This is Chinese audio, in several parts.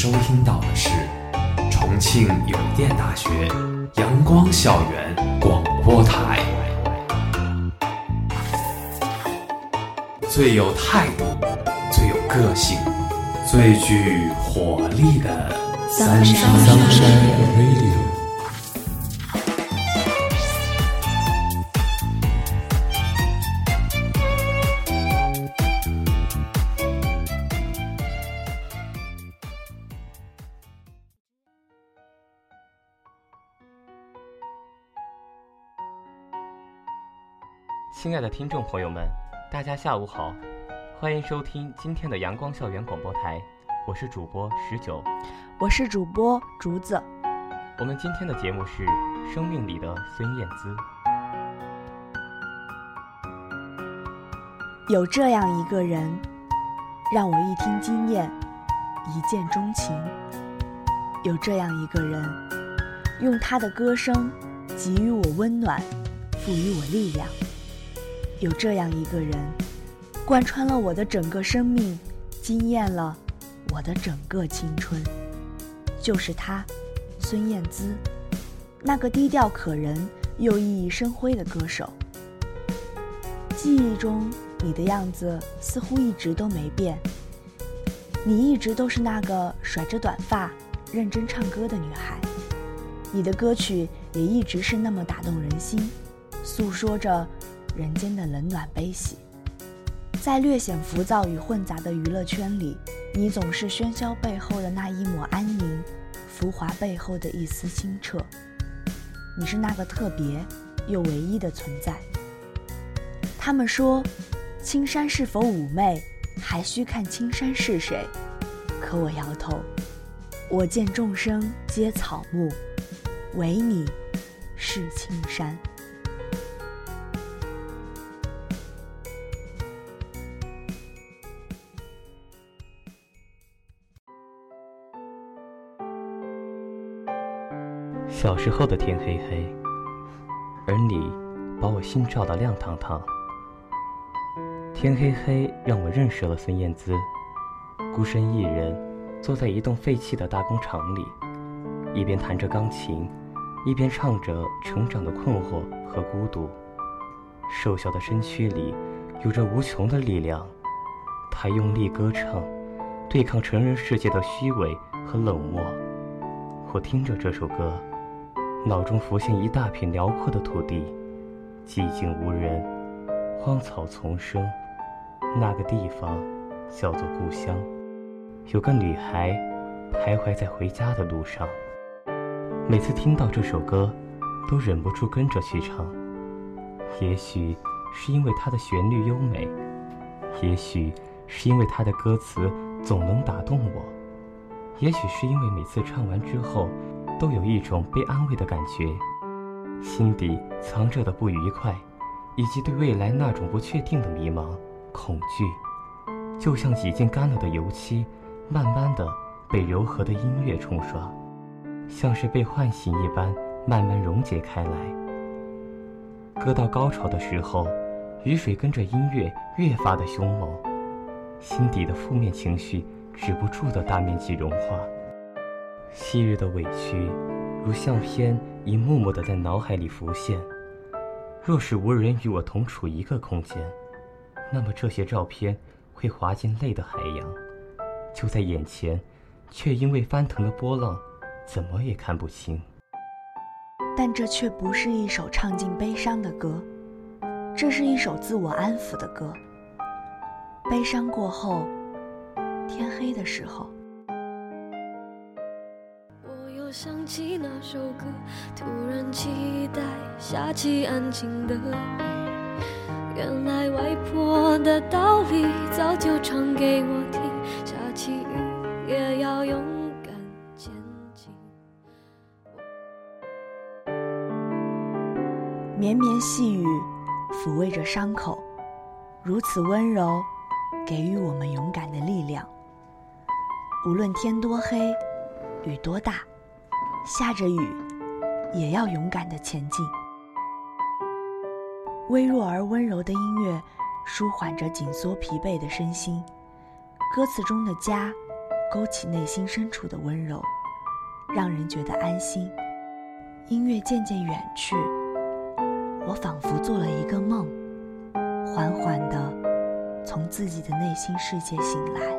收听到的是重庆邮电大学阳光校园广播台，最有态度、最有个性、最具活力的三山 Radio。 亲爱的听众朋友们，大家下午好，欢迎收听今天的阳光校园广播台，我是主播19， 我是主播竹子。 我们今天的节目是《生命里的孙燕姿》。 有这样一个人，让我一听惊艳，一见钟情。有这样一个人，用他的歌声给予我温暖，赋予我力量。有这样一个人，贯穿了我的整个生命，惊艳了我的整个青春。就是他，孙燕姿，那个低调可人又熠熠生辉的歌手。记忆中你的样子似乎一直都没变，你一直都是那个甩着短发认真唱歌的女孩，你的歌曲也一直是那么打动人心，诉说着人间的冷暖悲喜。在略显浮躁与混杂的娱乐圈里，你总是喧嚣背后的那一抹安宁，浮华背后的一丝清澈。你是那个特别又唯一的存在。他们说，青山是否妩媚，还需看青山是谁。可我摇头，我见众生皆草木，唯你是青山。 小时候的天黑黑，而你把我心照得亮堂堂。天黑黑让我认识了孙燕姿，孤身一人坐在一栋废弃的大工厂里，一边弹着钢琴，一边唱着成长的困惑和孤独。瘦小的身躯里有着无穷的力量，她用力歌唱，对抗成人世界的虚伪和冷漠。我听着这首歌，脑中浮现一大片辽阔的土地，寂静无人，荒草丛生。那个地方叫做故乡，有个女孩徘徊在回家的路上。每次听到这首歌，都忍不住跟着去唱。也许是因为它的旋律优美，也许是因为它的歌词总能打动我，也许是因为每次唱完之后都有一种被安慰的感觉，心底藏着的不愉快，以及对未来那种不确定的迷茫、恐惧，就像几近干了的油漆，慢慢的被柔和的音乐冲刷，像是被唤醒一般，慢慢溶解开来。歌到高潮的时候，雨水跟着音乐越发的凶猛，心底的负面情绪止不住的大面积融化。昔日的委屈如相片一幕幕的在脑海里浮现，若是无人与我同处一个空间，那么这些照片会滑进泪的海洋，就在眼前，却因为翻腾的波浪怎么也看不清。 但这却不是一首唱尽悲伤的歌，这是一首自我安抚的歌。悲伤过后，天黑的时候， 我又想起那首歌，突然期待下起安静的雨。原来外婆的道理早就唱给我听，下起雨也要勇敢前进。 绵绵细雨抚慰着伤口，如此温柔，给予我们勇敢的力量。无论天多黑，雨多大，下着雨也要勇敢地前进。微弱而温柔的音乐舒缓着紧缩疲惫的身心，歌词中的家勾起内心深处的温柔，让人觉得安心。音乐渐渐远去，我仿佛做了一个梦，缓缓地从自己的内心世界醒来。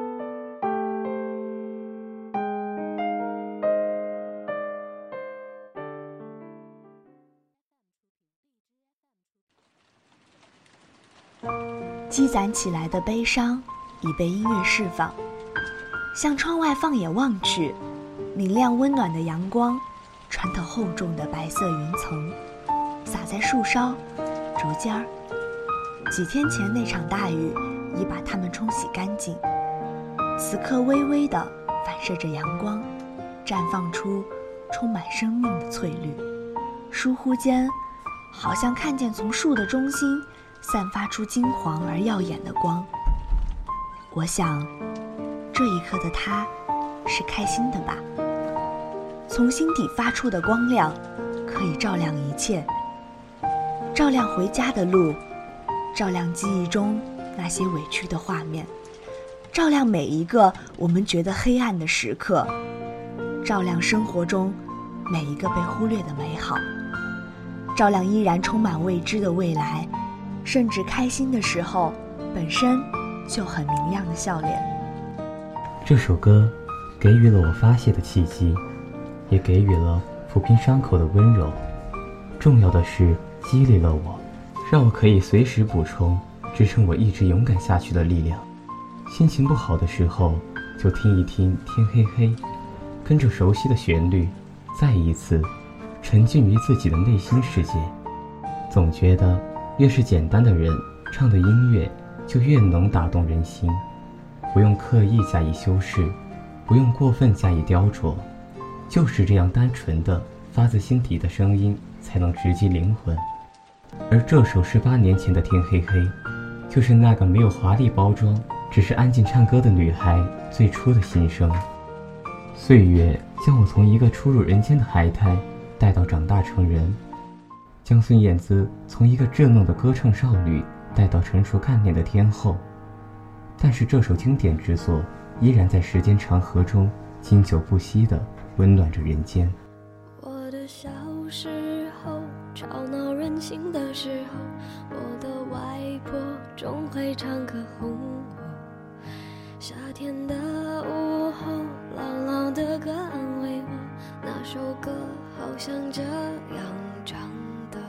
积攒起来的悲伤已被音乐释放，向窗外放眼望去，明亮温暖的阳光穿透厚重的白色云层，洒在树梢、竹尖儿。几天前那场大雨已把它们冲洗干净，此刻微微地反射着阳光，绽放出充满生命的翠绿。疏忽间，好像看见从树的中心散发出金黄而耀眼的光。我想，这一刻的他是开心的吧。从心底发出的光亮，可以照亮一切，照亮回家的路，照亮记忆中那些委屈的画面，照亮每一个我们觉得黑暗的时刻，照亮生活中每一个被忽略的美好，照亮依然充满未知的未来，甚至开心的时候本身就很明亮的笑脸。 这首歌给予了我发泄的契机，也给予了抚平伤口的温柔，重要的是激励了我，让我可以随时补充支撑我一直勇敢下去的力量。心情不好的时候就听一听天黑黑，跟着熟悉的旋律再一次沉浸于自己的内心世界。总觉得越是简单的人唱的音乐就越能打动人心，不用刻意加以修饰，不用过分加以雕琢，就是这样单纯的发自心底的声音才能直击灵魂。而这首18年前的天黑黑，就是那个没有华丽包装，只是安静唱歌的女孩最初的心声。岁月将我从一个初入人间的孩胎带到长大成人，将孙燕姿从一个稚嫩的歌唱少女带到成熟干练的天后。但是这首经典之作依然在时间长河中经久不息地温暖着人间。 我的小时候，吵闹任性的时候，我的外婆总会唱歌哄我。夏天的午后，朗朗的歌安慰我，那首歌好像这样唱的。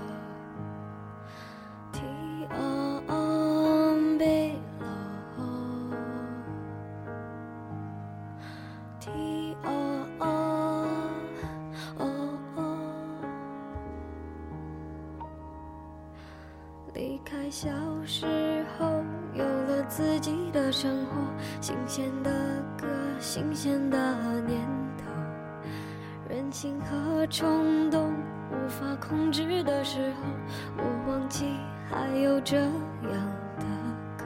离开小时候，有了自己的生活，新鲜的歌，新鲜的念头，任性和冲动无法控制的时候，我忘记还有这样的歌。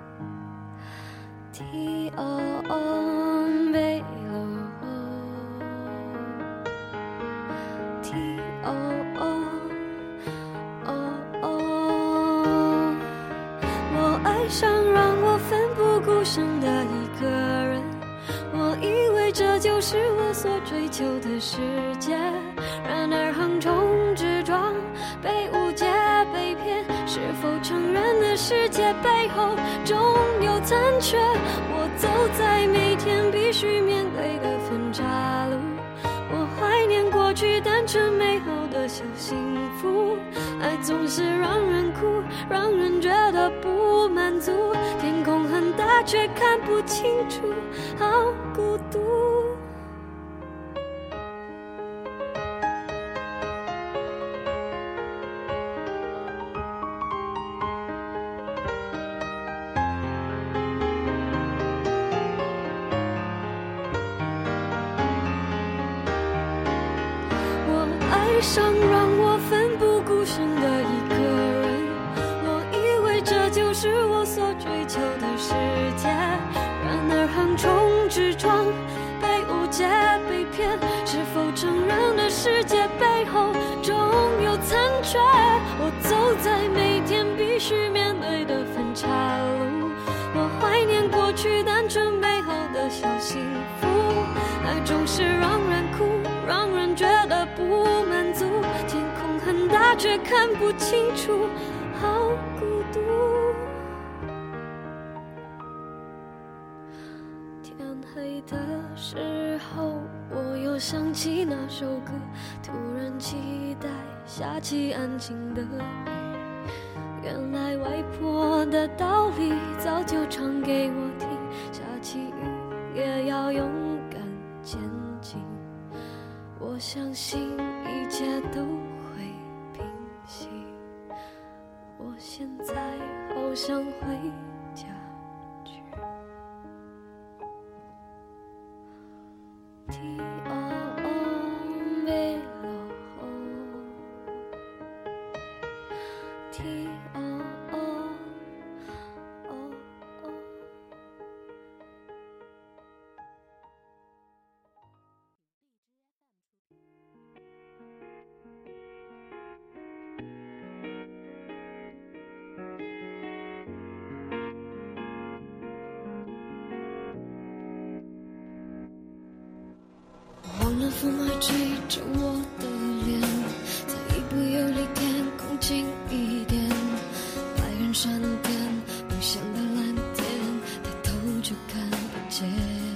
爱上让我奋不顾身的一个人，我以为这就是我所追求的世界，然而横冲直撞，被误解被骗，是否成人的世界背后总有残缺，我走在每天必须面对的分岔路，我怀念过去单纯美好的小幸福，爱总是让人哭，让人觉得不满足，天空很大却看不清楚，好孤独。我爱上让我奋不顾身的一个人，我以为这就是我所追求的世界，然而横冲直撞，被误解被骗，是否成人的世界背后总有残缺，我走在每天必须面对的分岔路，我怀念过去单纯美好的小幸福，爱总是让人哭，让人觉得不满足，天空很大却看不清楚，好孤独。天黑的时候，我又想起那首歌，突然期待下起安静的雨。原来外婆的道理早就唱给我听，下起雨也要勇敢前进。我相信一切都会平息。我现在好想回家去。忘了风会吹着我的脸，再一步有离天空近一点，白云闪电，梦想的蓝天，抬头就看不见。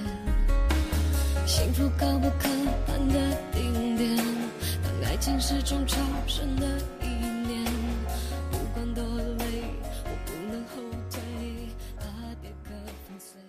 幸福高不可攀的顶点，当爱情是种超生的意念，不管多累，我不能后退，怕别可粉碎。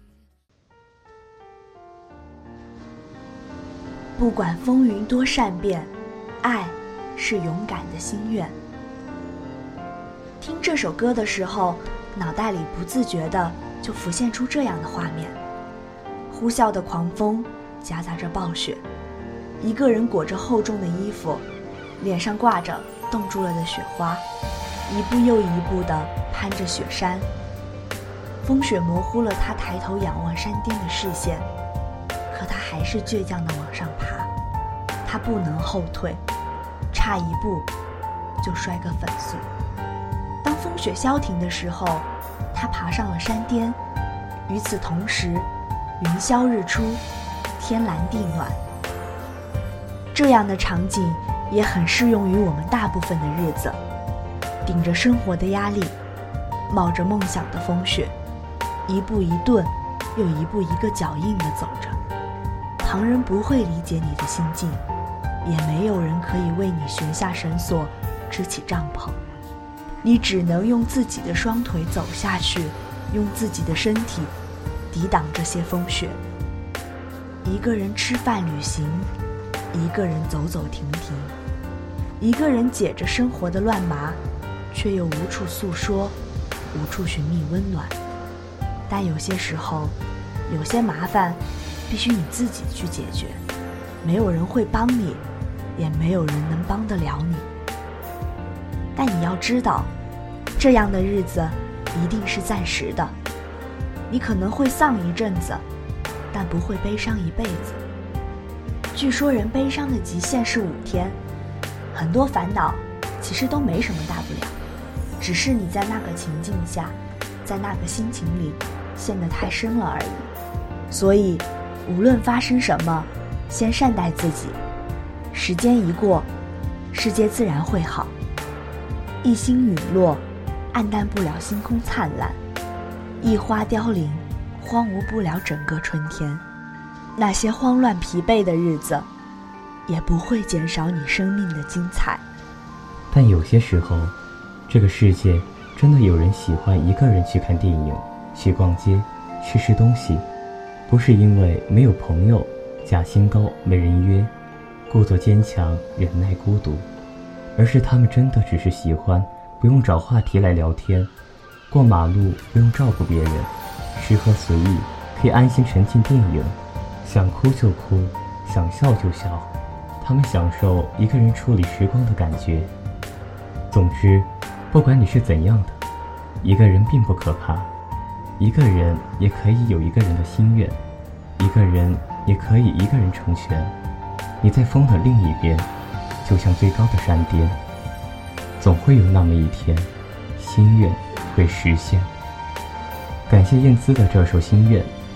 不管风云多善变，爱是勇敢的心愿。听这首歌的时候，脑袋里不自觉地就浮现出这样的画面：呼啸的狂风夹杂着暴雪，一个人裹着厚重的衣服，脸上挂着冻住了的雪花，一步又一步地攀着雪山。风雪模糊了他抬头仰望山巅的视线，可他还是倔强地往上爬。他不能后退，差一步就摔个粉碎。当风雪消停的时候，他爬上了山巅。与此同时，云消日出，天蓝地暖。这样的场景也很适用于我们大部分的日子，顶着生活的压力，冒着梦想的风雪，一步一顿又一步一个脚印地走着。旁人不会理解你的心境，也没有人可以为你悬下绳索，支起帐篷。你只能用自己的双腿走下去，用自己的身体抵挡这些风雪。一个人吃饭旅行，一个人走走停停，一个人解着生活的乱麻，却又无处诉说，无处寻觅温暖。但有些时候，有些麻烦必须你自己去解决，没有人会帮你，也没有人能帮得了你。但你要知道，这样的日子一定是暂时的，你可能会丧一阵子，但不会悲伤一辈子。据说人悲伤的极限是5天，很多烦恼其实都没什么大不了，只是你在那个情境下，在那个心情里陷得太深了而已。所以无论发生什么，先善待自己，时间一过，世界自然会好。一星陨落，暗淡不了星空灿烂；一花凋零，荒芜不了整个春天。那些慌乱疲惫的日子，也不会减少你生命的精彩。 但有些时候，这个世界真的有人喜欢一个人去看电影，去逛街，去吃东西，不是因为没有朋友，假清高没人约，故作坚强忍耐孤独，而是他们真的只是喜欢不用找话题来聊天，过马路不用照顾别人，吃喝随意，可以安心沉浸电影，想哭就哭，想笑就笑。他们享受一个人处理时光的感觉。总之，不管你是怎样的，一个人并不可怕，一个人也可以有一个人的心愿，一个人也可以一个人成全。你在风的另一边，就像最高的山巅，总会有那么一天，心愿会实现。感谢燕姿的这首心愿，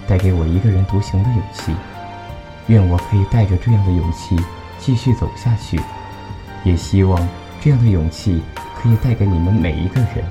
带给我一个人独行的勇气。愿我可以带着这样的勇气继续走下去，也希望这样的勇气可以带给你们每一个人。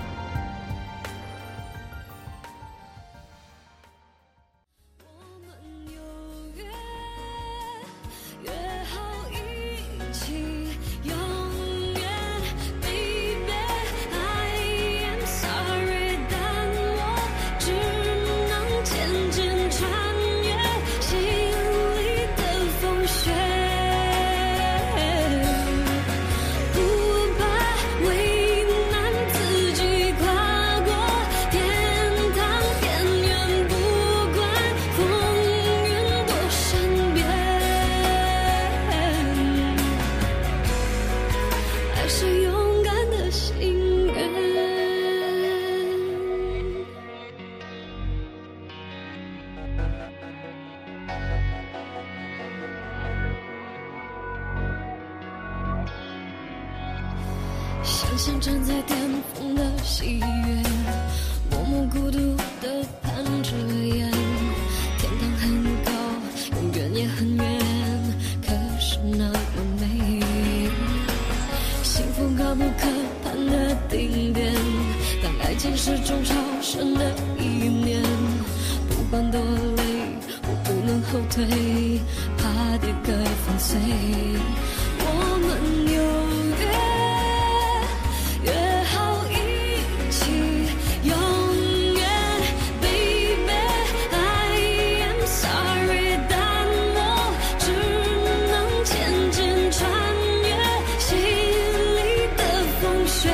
想象站在巅峰的喜悦，默默孤独地盼着眼，天堂很高，永远也很远，可是那么美。幸福高不可攀的顶点，当爱情是种超神的意念，不管多累，我不能后退，怕跌个粉碎。我们有约，约好一起永远 Baby I am sorry， 但我只能渐渐穿越心里的风雪，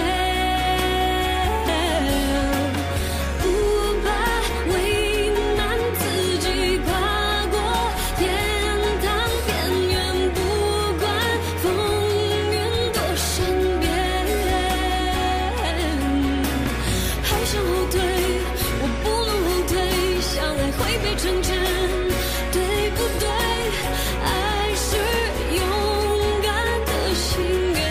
不怕为难自己跨过天堂边缘，不管风云多善变。好想后退，我不能后退，相爱会被成全，对不对？爱是勇敢的心愿，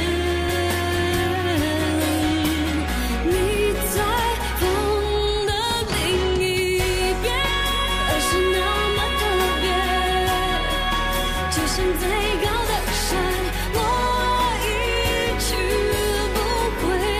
你在风的另一边，爱是那么特别，就像最高的山，我一去不回。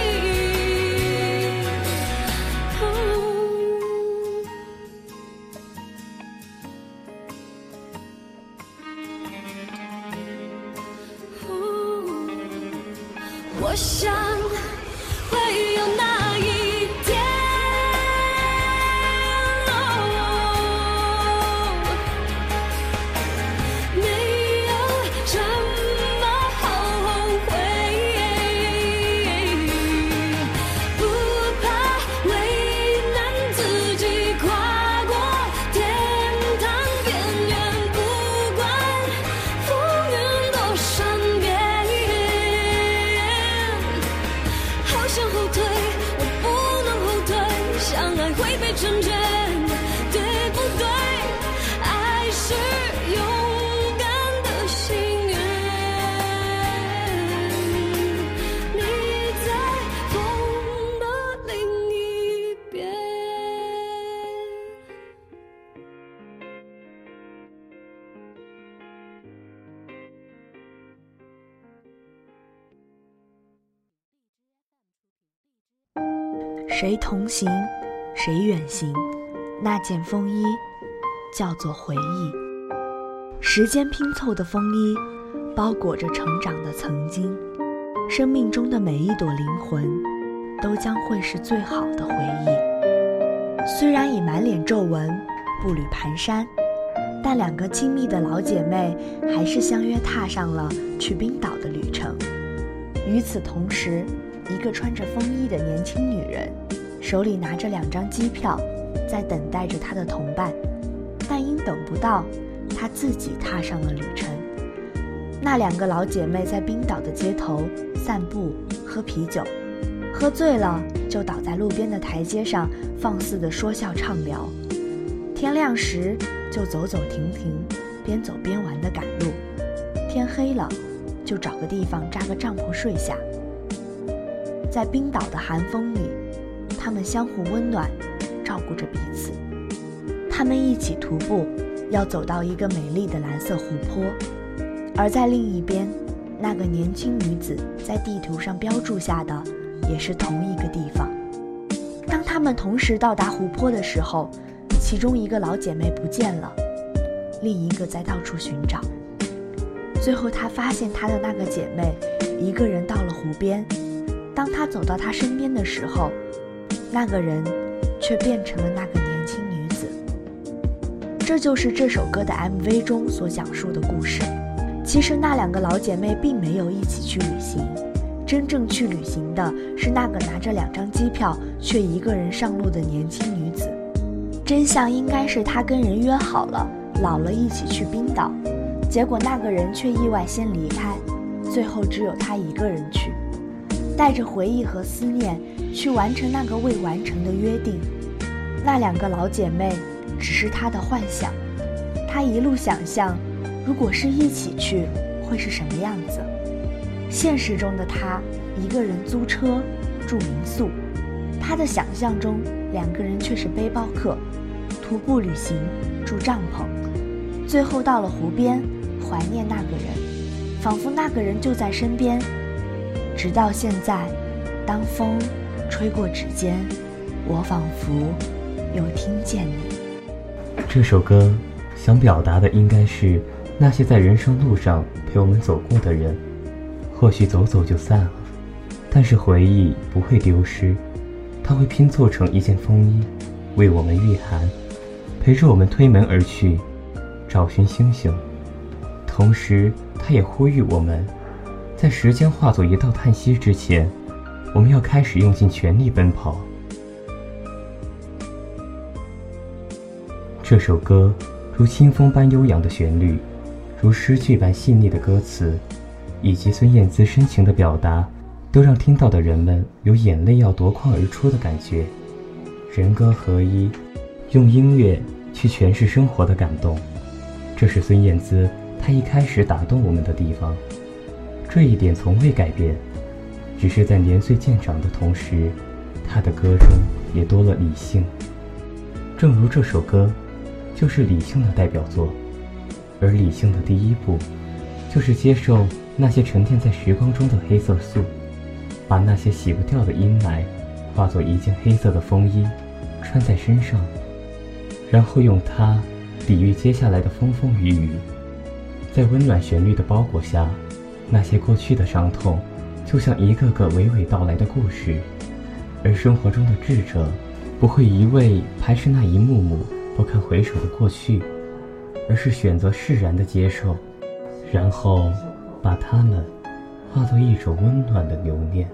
我想会有那一天，没有什么后悔，不怕为难自己跨过天堂边缘，不管风云多善变。好想后退，我不能后退，相爱会被成全，对不对？爱是勇敢的心愿，你在风的另一边。 谁同行，谁远行，那件风衣叫做回忆。时间拼凑的风衣，包裹着成长的曾经。生命中的每一朵灵魂，都将会是最好的回忆。虽然已满脸皱纹，步履蹒跚，但两个亲密的老姐妹还是相约踏上了去冰岛的旅程。与此同时，一个穿着风衣的年轻女人，手里拿着2张机票，在等待着她的同伴，但因等不到，她自己踏上了旅程。那2个老姐妹在冰岛的街头散步、喝啤酒，喝醉了就倒在路边的台阶上，放肆地说笑畅聊。天亮时就走走停停，边走边玩的赶路。天黑了就找个地方扎个帐篷睡下。在冰岛的寒风里，他们相互温暖，照顾着彼此。 他们一起徒步，要走到一个美丽的蓝色湖泊，而在另一边，那个年轻女子在地图上标注下的也是同一个地方。当他们同时到达湖泊的时候，其中一个老姐妹不见了，另一个在到处寻找。最后她发现她的那个姐妹一个人到了湖边，当她走到她身边的时候，那个人却变成了那个年轻女子。这就是这首歌的 MV 中所讲述的故事。其实那两个老姐妹并没有一起去旅行，真正去旅行的是那个拿着2张机票却一个人上路的年轻女子。真相应该是她跟人约好了，老了一起去冰岛，结果那个人却意外先离开，最后只有她一个人去，带着回忆和思念去完成那个未完成的约定。那2个老姐妹只是她的幻想，她一路想象如果是一起去会是什么样子。现实中的她一个人租车住民宿，她的想象中2个人却是背包客，徒步旅行住帐篷，最后到了湖边怀念那个人，仿佛那个人就在身边。直到现在，当风吹过指尖，我仿佛又听见你。 这首歌想表达的应该是那些在人生路上陪我们走过的人，或许走走就散了，但是回忆不会丢失，它会拼凑成一件风衣，为我们御寒，陪着我们推门而去，找寻星星。同时它也呼吁我们，在时间化作一道叹息之前，我们要开始用尽全力奔跑。这首歌如清风般悠扬的旋律，如诗句般细腻的歌词，以及孙燕姿深情的表达，都让听到的人们有眼泪要夺眶而出的感觉。人歌合一，用音乐去诠释生活的感动，这是孙燕姿她一开始打动我们的地方。这一点从未改变，只是在年岁渐长的同时，她的歌中也多了理性。正如这首歌就是理性的代表作，而理性的第一步就是接受那些沉淀在时光中的黑色素，把那些洗不掉的阴霾化作一件黑色的风衣穿在身上，然后用它抵御接下来的风风雨雨。在温暖旋律的包裹下，那些过去的伤痛就像一个个娓娓道来的故事，而生活中的智者不会一味排斥那一幕幕不堪回首的过去，而是选择释然的接受，然后把它们化作一种温暖的留念。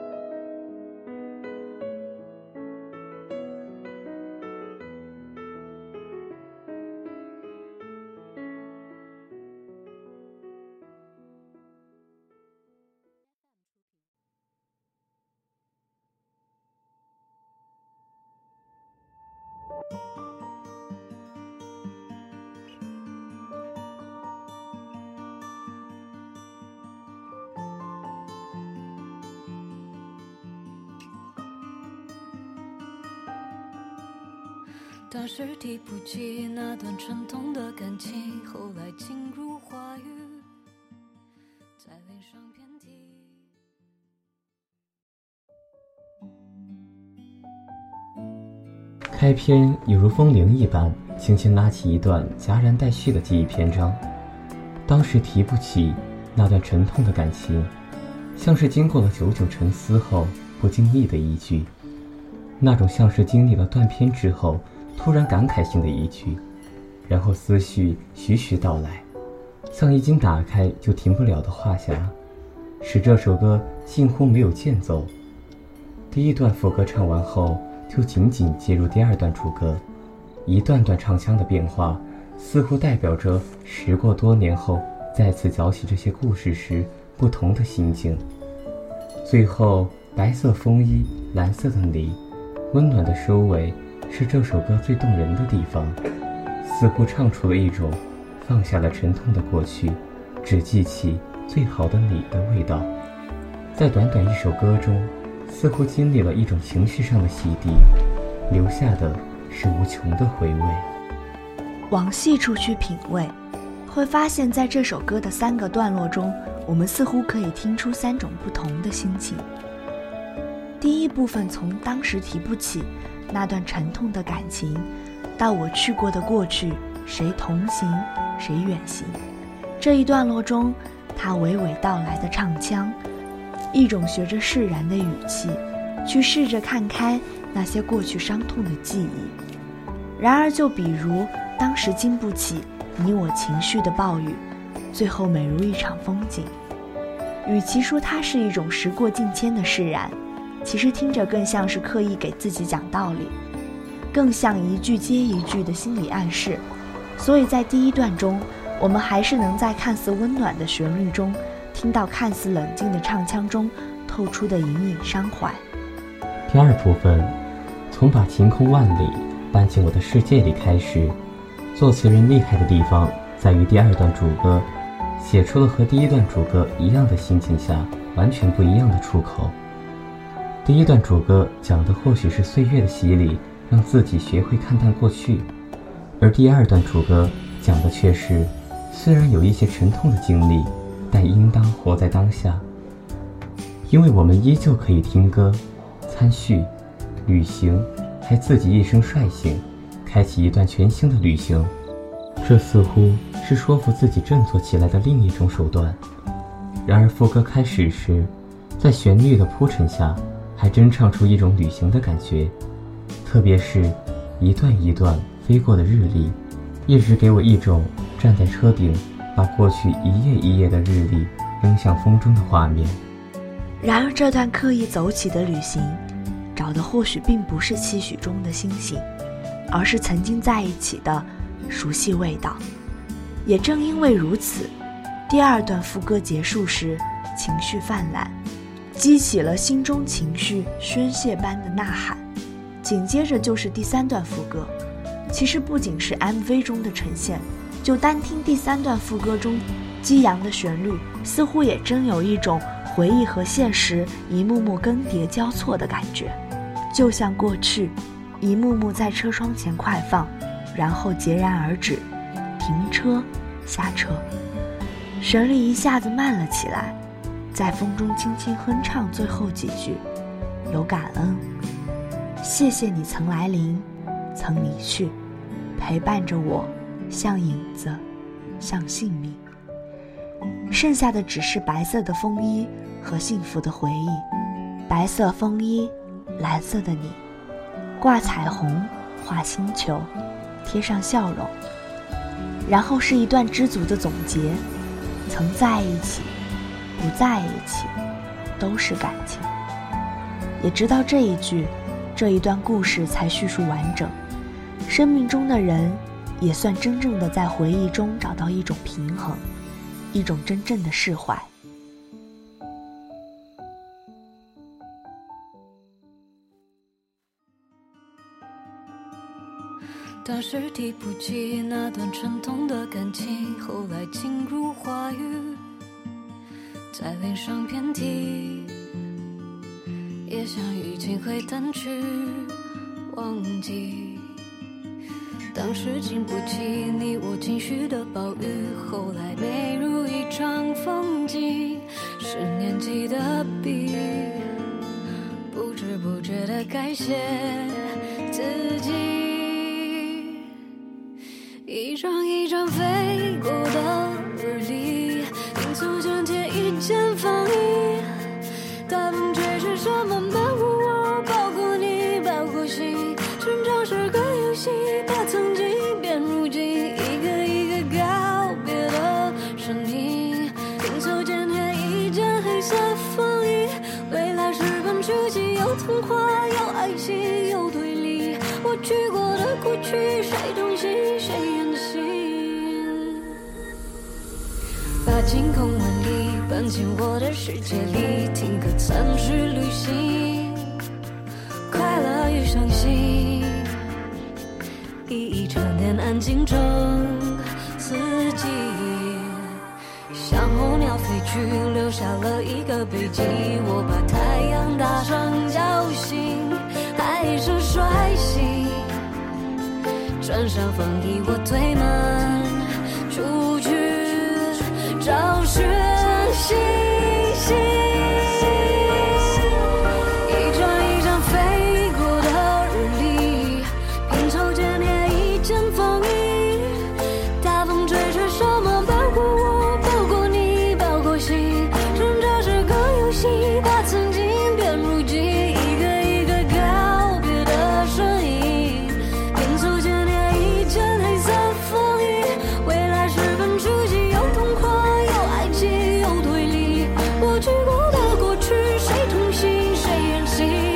当时提不起那段沉痛的感情，后来进入话语，在脸上遍体。 开篇犹如风铃一般，轻轻拉起一段戛然待续的记忆篇章。当时提不起那段沉痛的感情，像是经过了久久沉思后不经意的一句，那种像是经历了断片之后突然感慨性的一句，然后思绪徐徐道来，像一经打开就停不了的话匣，使这首歌近乎没有间奏。第一段副歌唱完后，就紧紧接入第二段主歌，一段段唱腔的变化，似乎代表着时过多年后再次讲起这些故事时不同的心境。最后白色风衣，蓝色的你，温暖的收尾，是这首歌最动人的地方，似乎唱出了一种放下了沉痛的过去，只记起最好的你的味道。在短短一首歌中，似乎经历了一种情绪上的洗涤，留下的是无穷的回味。 往细处去品味，会发现在这首歌的3个段落中，我们似乎可以听出3种不同的心情。第一部分从当时提不起那段沉痛的感情，到我去过的过去，谁同行谁远行，这一段落中他娓娓道来的唱腔，一种学着释然的语气，去试着看开那些过去伤痛的记忆。然而就比如当时经不起你我情绪的暴雨，最后美如一场风景。与其说它是一种时过境迁的释然，其实听着更像是刻意给自己讲道理，更像一句接一句的心理暗示。所以在第一段中，我们还是能在看似温暖的旋律中，听到看似冷静的唱腔中透出的隐隐伤怀。 第二部分从把晴空万里搬进我的世界里开始，作词人厉害的地方在于第2段主歌写出了和第1段主歌一样的心情下完全不一样的出口。第1段主歌讲的或许是岁月的洗礼，让自己学会看淡过去，而第2段主歌讲的却是虽然有一些沉痛的经历，但应当活在当下，因为我们依旧可以听歌、参叙、旅行，还自己一生率性开启一段全新的旅行。这似乎是说服自己振作起来的另一种手段。然而副歌开始时，在旋律的铺陈下，还真唱出一种旅行的感觉，特别是一段一段飞过的日历，一直给我一种站在车顶把过去一页一页的日历扔向风中的画面。 然而这段刻意走起的旅行，找的或许并不是期许中的星星，而是曾经在一起的熟悉味道。也正因为如此，第2段副歌结束时，情绪泛滥，激起了心中情绪宣泄般的呐喊。紧接着就是第3段副歌，其实不仅是 MV 中的呈现，就单听第3段副歌中激扬的旋律，似乎也真有一种回忆和现实一幕幕更迭交错的感觉，就像过去一幕幕在车窗前快放，然后截然而止，停车下车，旋律一下子慢了起来，在风中轻轻哼唱最后几句，有感恩，谢谢你曾来临，曾离去，陪伴着我，像影子，像姓名。剩下的只是白色的风衣和幸福的回忆。白色风衣，蓝色的你，挂彩虹，画星球，贴上笑容。然后是一段知足的总结，曾在一起，不在一起，都是感情。也直到这一句，这一段故事才叙述完整。生命中的人也算真正的在回忆中找到一种平衡，一种真正的释怀。 当时提不起那段沉痛的感情，后来进入话语，在脸上遍体，也想已经会淡去忘记。当时经不起你我情绪的暴雨，后来美如一场风景，是年纪的笔，不知不觉地改写自己。一张一张飞过的日历，拼凑成贴一件风衣，大风吹是什么保护我，包括你，包括心。成长是个游戏，把曾经变如今，一个一个告别的声音，拼凑剪贴一件黑色风衣。未来是本书籍，有童话，有爱情，有推理。我去过的过去，谁同行谁远行，把晴空万里搬进我的世界里，听歌参去旅行，快乐与伤心，一场天安静中四季，像候鸟飞去，留下了一个背脊。我把太阳打上侥幸，还是率性， 转身放弃我推门出去找寻星星，一张一张飞过的日历，拼凑间贴一阵风衣，大风吹吹什么包括我，包括你，包括心，趁这是个游戏，把曾经变如今，一个一个告别的身影，拼凑间贴一件黑色风衣，未来十分熟悉，有痛快，有爱情，有推理，我去过的过去，谁同行，谁远行。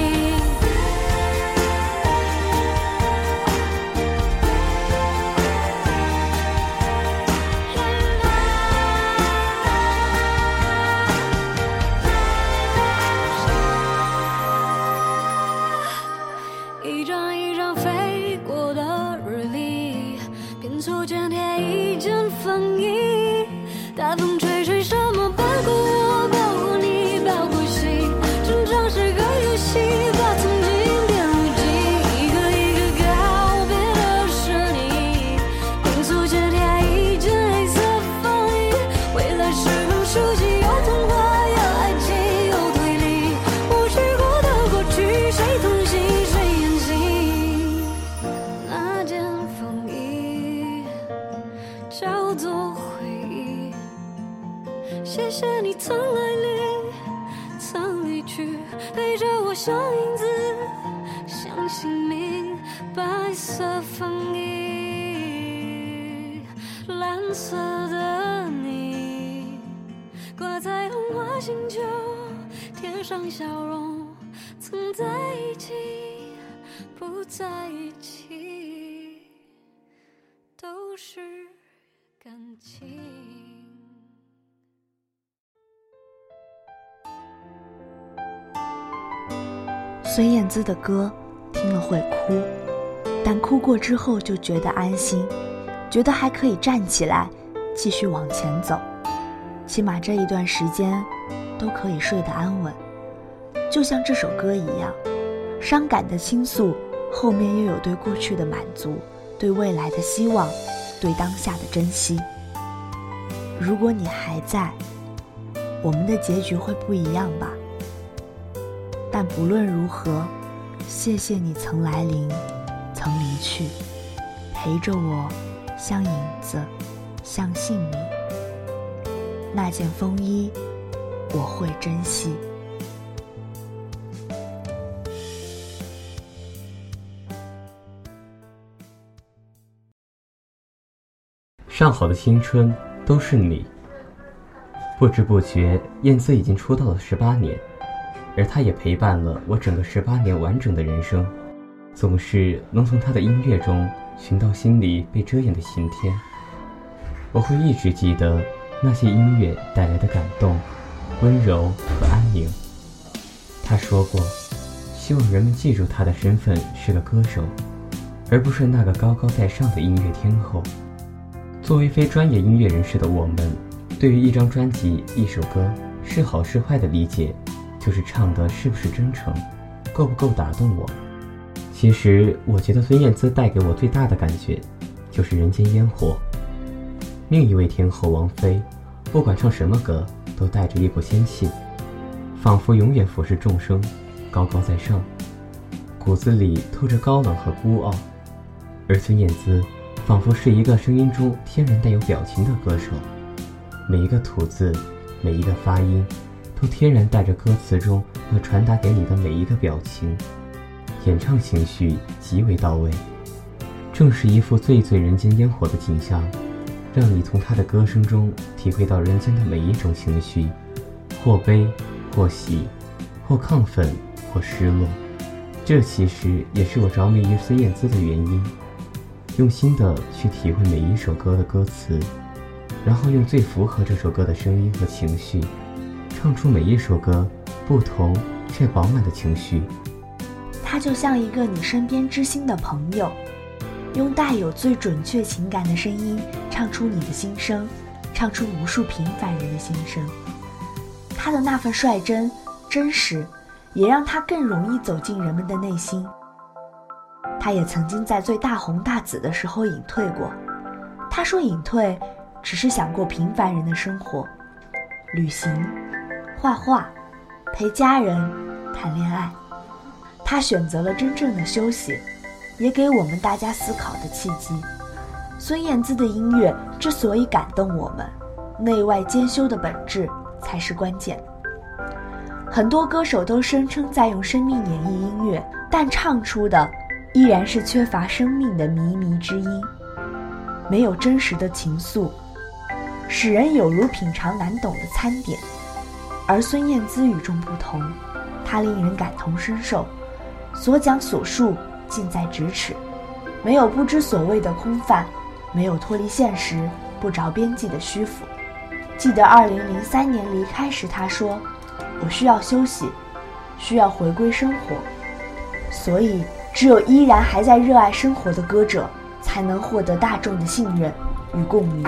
一张一张飞过的日历，拼凑间贴一件风衣，大风吹吹什么包括我，包括你，包括心，成长是个游戏，把曾经变如今，一个一个告别的身影，拼凑间贴一件黑色风衣，未来十分熟悉，有童话，有爱情，有推理，我去过的过去，谁同行，谁远行。那件风衣叫做回忆，谢谢你曾来临，曾离去，陪着我像影子，像姓名，白色风衣，蓝色的你，挂在红花星球，贴上笑容，曾在一起，不在一起，都是感情。 孙燕姿的歌听了会哭，但哭过之后就觉得安心，觉得还可以站起来继续往前走，起码这一段时间都可以睡得安稳。就像这首歌一样，伤感的倾诉后面又有对过去的满足，对未来的希望，对当下的珍惜。如果你还在，我们的结局会不一样吧。但不论如何，谢谢你曾来临，曾离去，陪着我像影子，像姓名。那件风衣我会珍惜。 上好的青春都是你。不知不觉，燕姿已经出道了18年，而她也陪伴了我整个18年完整的人生，总是能从她的音乐中寻到心里被遮掩的晴天。我会一直记得那些音乐带来的感动、温柔和安宁。她说过，希望人们记住她的身份是个歌手，而不是那个高高在上的音乐天后。作为非专业音乐人士的我们，对于一张专辑、一首歌是好是坏的理解，就是唱的是不是真诚，够不够打动我。其实我觉得孙燕姿带给我最大的感觉就是人间烟火。另一位天后王菲，不管唱什么歌都带着一股仙气，仿佛永远俯视众生，高高在上，骨子里透着高冷和孤傲。而孙燕姿仿佛是一个声音中天然带有表情的歌手，每一个吐字，每一个发音，都天然带着歌词中要传达给你的每一个表情，演唱情绪极为到位。正是一副最最人间烟火的景象，让你从他的歌声中体会到人间的每一种情绪，或悲或喜，或亢奋或失落。这其实也是我着迷于孙燕姿的原因，用心的去体会每一首歌的歌词，然后用最符合这首歌的声音和情绪，唱出每一首歌不同却饱满的情绪。 他就像一个你身边知心的朋友，用带有最准确情感的声音唱出你的心声，唱出无数平凡人的心声。他的那份率真真实，也让他更容易走进人们的内心。 他也曾经在最大红大紫的时候隐退过。他说隐退只是想过平凡人的生活，旅行、画画、陪家人、谈恋爱。他选择了真正的休息，也给我们大家思考的契机。孙燕姿的音乐之所以感动我们，内外兼修的本质才是关键。很多歌手都声称在用生命演绎音乐，但唱出的依然是缺乏生命的靡靡之音，没有真实的情愫，使人有如品尝难懂的餐点。而孙燕姿与众不同，她令人感同身受，所讲所述近在咫尺，没有不知所谓的空泛，没有脱离现实不着边际的虚浮。记得2003年离开时，她说：我需要休息，需要回归生活。所以只有依然还在热爱生活的歌者，才能获得大众的信任与共鸣。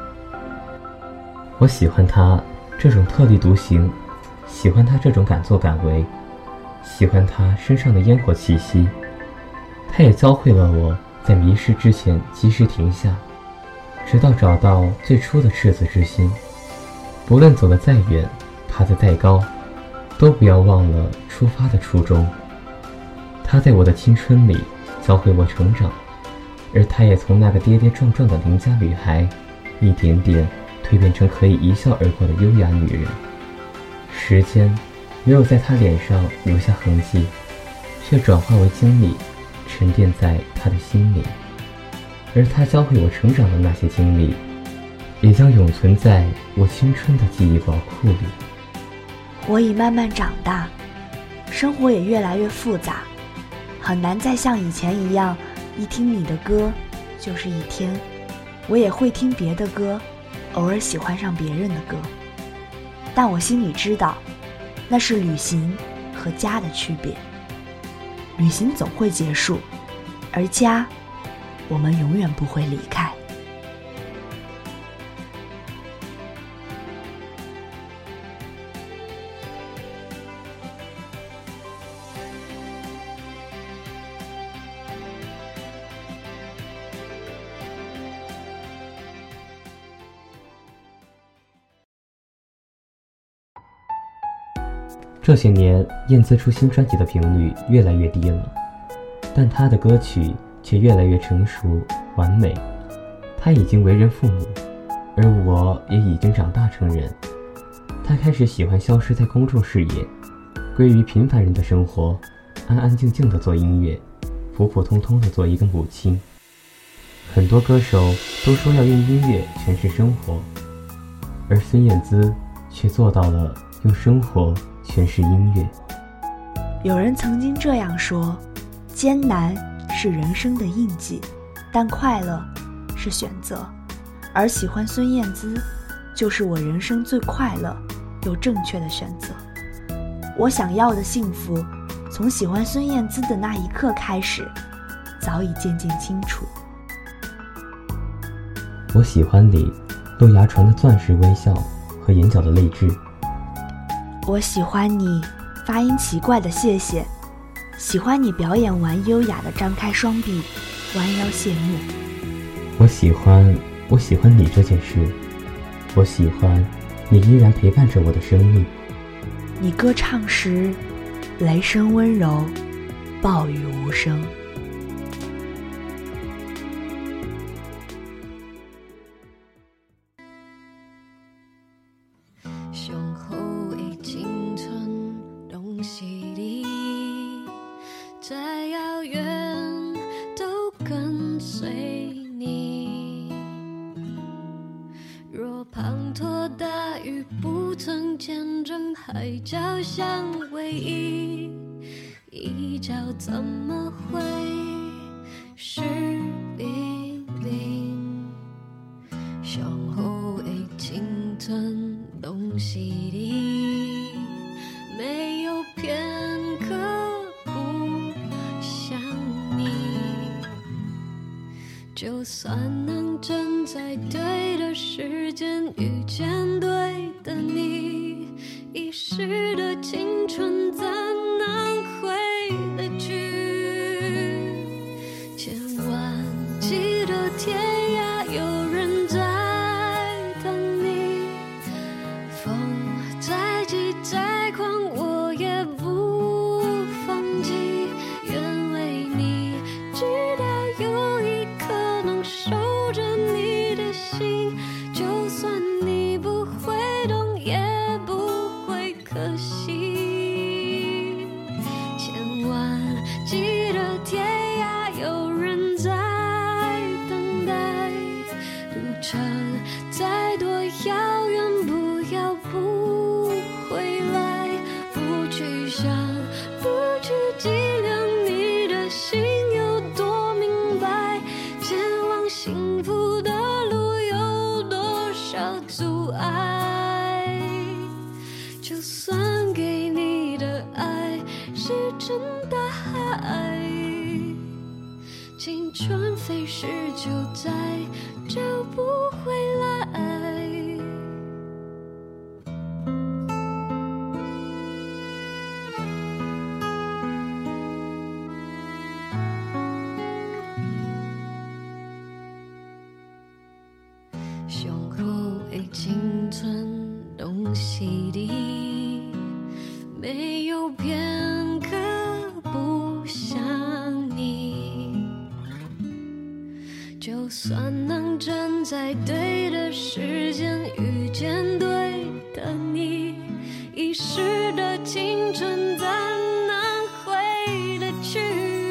我喜欢他这种特立独行，喜欢他这种敢作敢为，喜欢他身上的烟火气息。他也教会了我在迷失之前及时停下，直到找到最初的赤子之心。不论走得再远，爬得再高，都不要忘了出发的初衷。他在我的青春里教会我成长，而他也从那个跌跌撞撞的邻家女孩，一点点蜕变成可以一笑而过的优雅女人。时间没有在他脸上留下痕迹，却转化为经历，沉淀在他的心里。而他教会我成长的那些经历，也将永存在我青春的记忆宝库里。 我已慢慢长大，生活也越来越复杂，很难再像以前一样，一听你的歌就是一天。我也会听别的歌，偶尔喜欢上别人的歌，但我心里知道，那是旅行和家的区别。旅行总会结束，而家，我们永远不会离开。 这些年，燕姿出新专辑的频率越来越低了，但她的歌曲却越来越成熟完美。她已经为人父母，而我也已经长大成人。她开始喜欢消失在公众视野，归于平凡人的生活，安安静静地做音乐，普普通通地做一个母亲。很多歌手都说要用音乐诠释生活，而孙燕姿却做到了用生活诠释音乐。 有人曾经这样说，艰难是人生的印记，但快乐是选择。而喜欢孙燕姿，就是我人生最快乐又正确的选择。我想要的幸福，从喜欢孙燕姿的那一刻开始，早已渐渐清楚。 我喜欢你露牙床的钻石微笑和眼角的泪痣。 我喜欢你发音奇怪的谢谢，喜欢你表演完优雅的张开双臂，弯腰谢幕。 我喜欢你这件事，我喜欢你依然陪伴着我的生命。 你歌唱时，雷声温柔，暴雨无声。 胸口的青春拢是你，再遥远都跟随你。若滂沱大雨不曾见证海角相偎依，一角怎么会是冰冰？胸口的青春拢是你，没有片刻不想你。就算能真在对的时间遇见对的你，遗失的青春怎能回得去？ 青春飞逝就再找不回来。胸口已经寸东西地，没有片刻不想你。就算能站在对的时间遇见对的你，遗失的青春怎能回得去？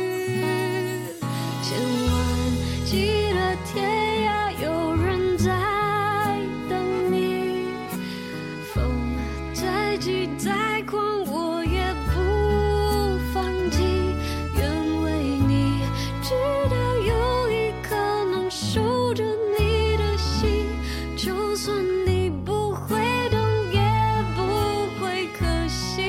千万记得天涯有人在等你，风再急再狂我也不放弃，愿为你直到有一刻能守着你的心，就算你不会懂也不会可惜。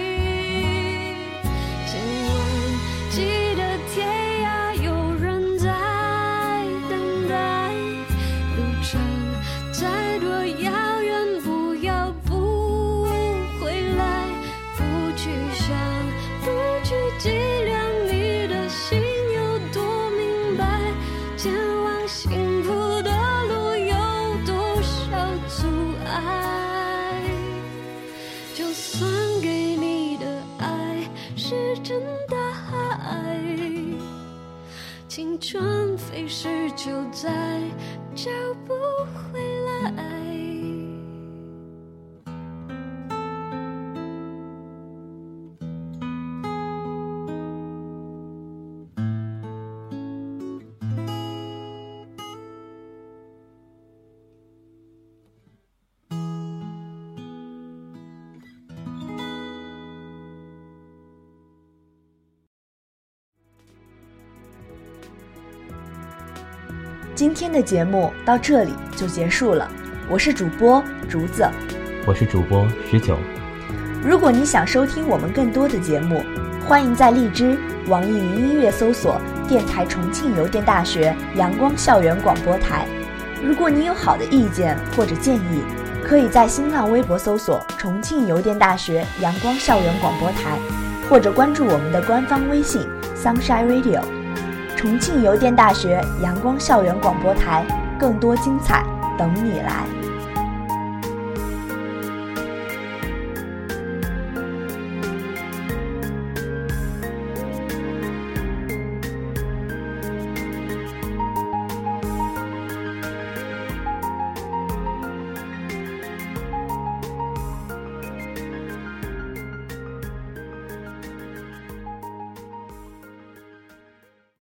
千万记得天涯有人在等待，路程再多遥远不要不回来，不去想不去计量你的心有多明白，前往幸福的路有多少阻碍。就算给你的爱是真的爱，青春飞逝就再找不回来。 今天的节目到这里就结束了，我是主播竹子， 我是主播19。 如果你想收听我们更多的节目，欢迎在荔枝、网易云音乐搜索电台重庆邮电大学阳光校园广播台。如果你有好的意见或者建议，可以在新浪微博搜索重庆邮电大学阳光校园广播台，或者关注我们的官方微信 Sunshine Radio。重庆邮电大学阳光校园广播台，更多精彩等你来。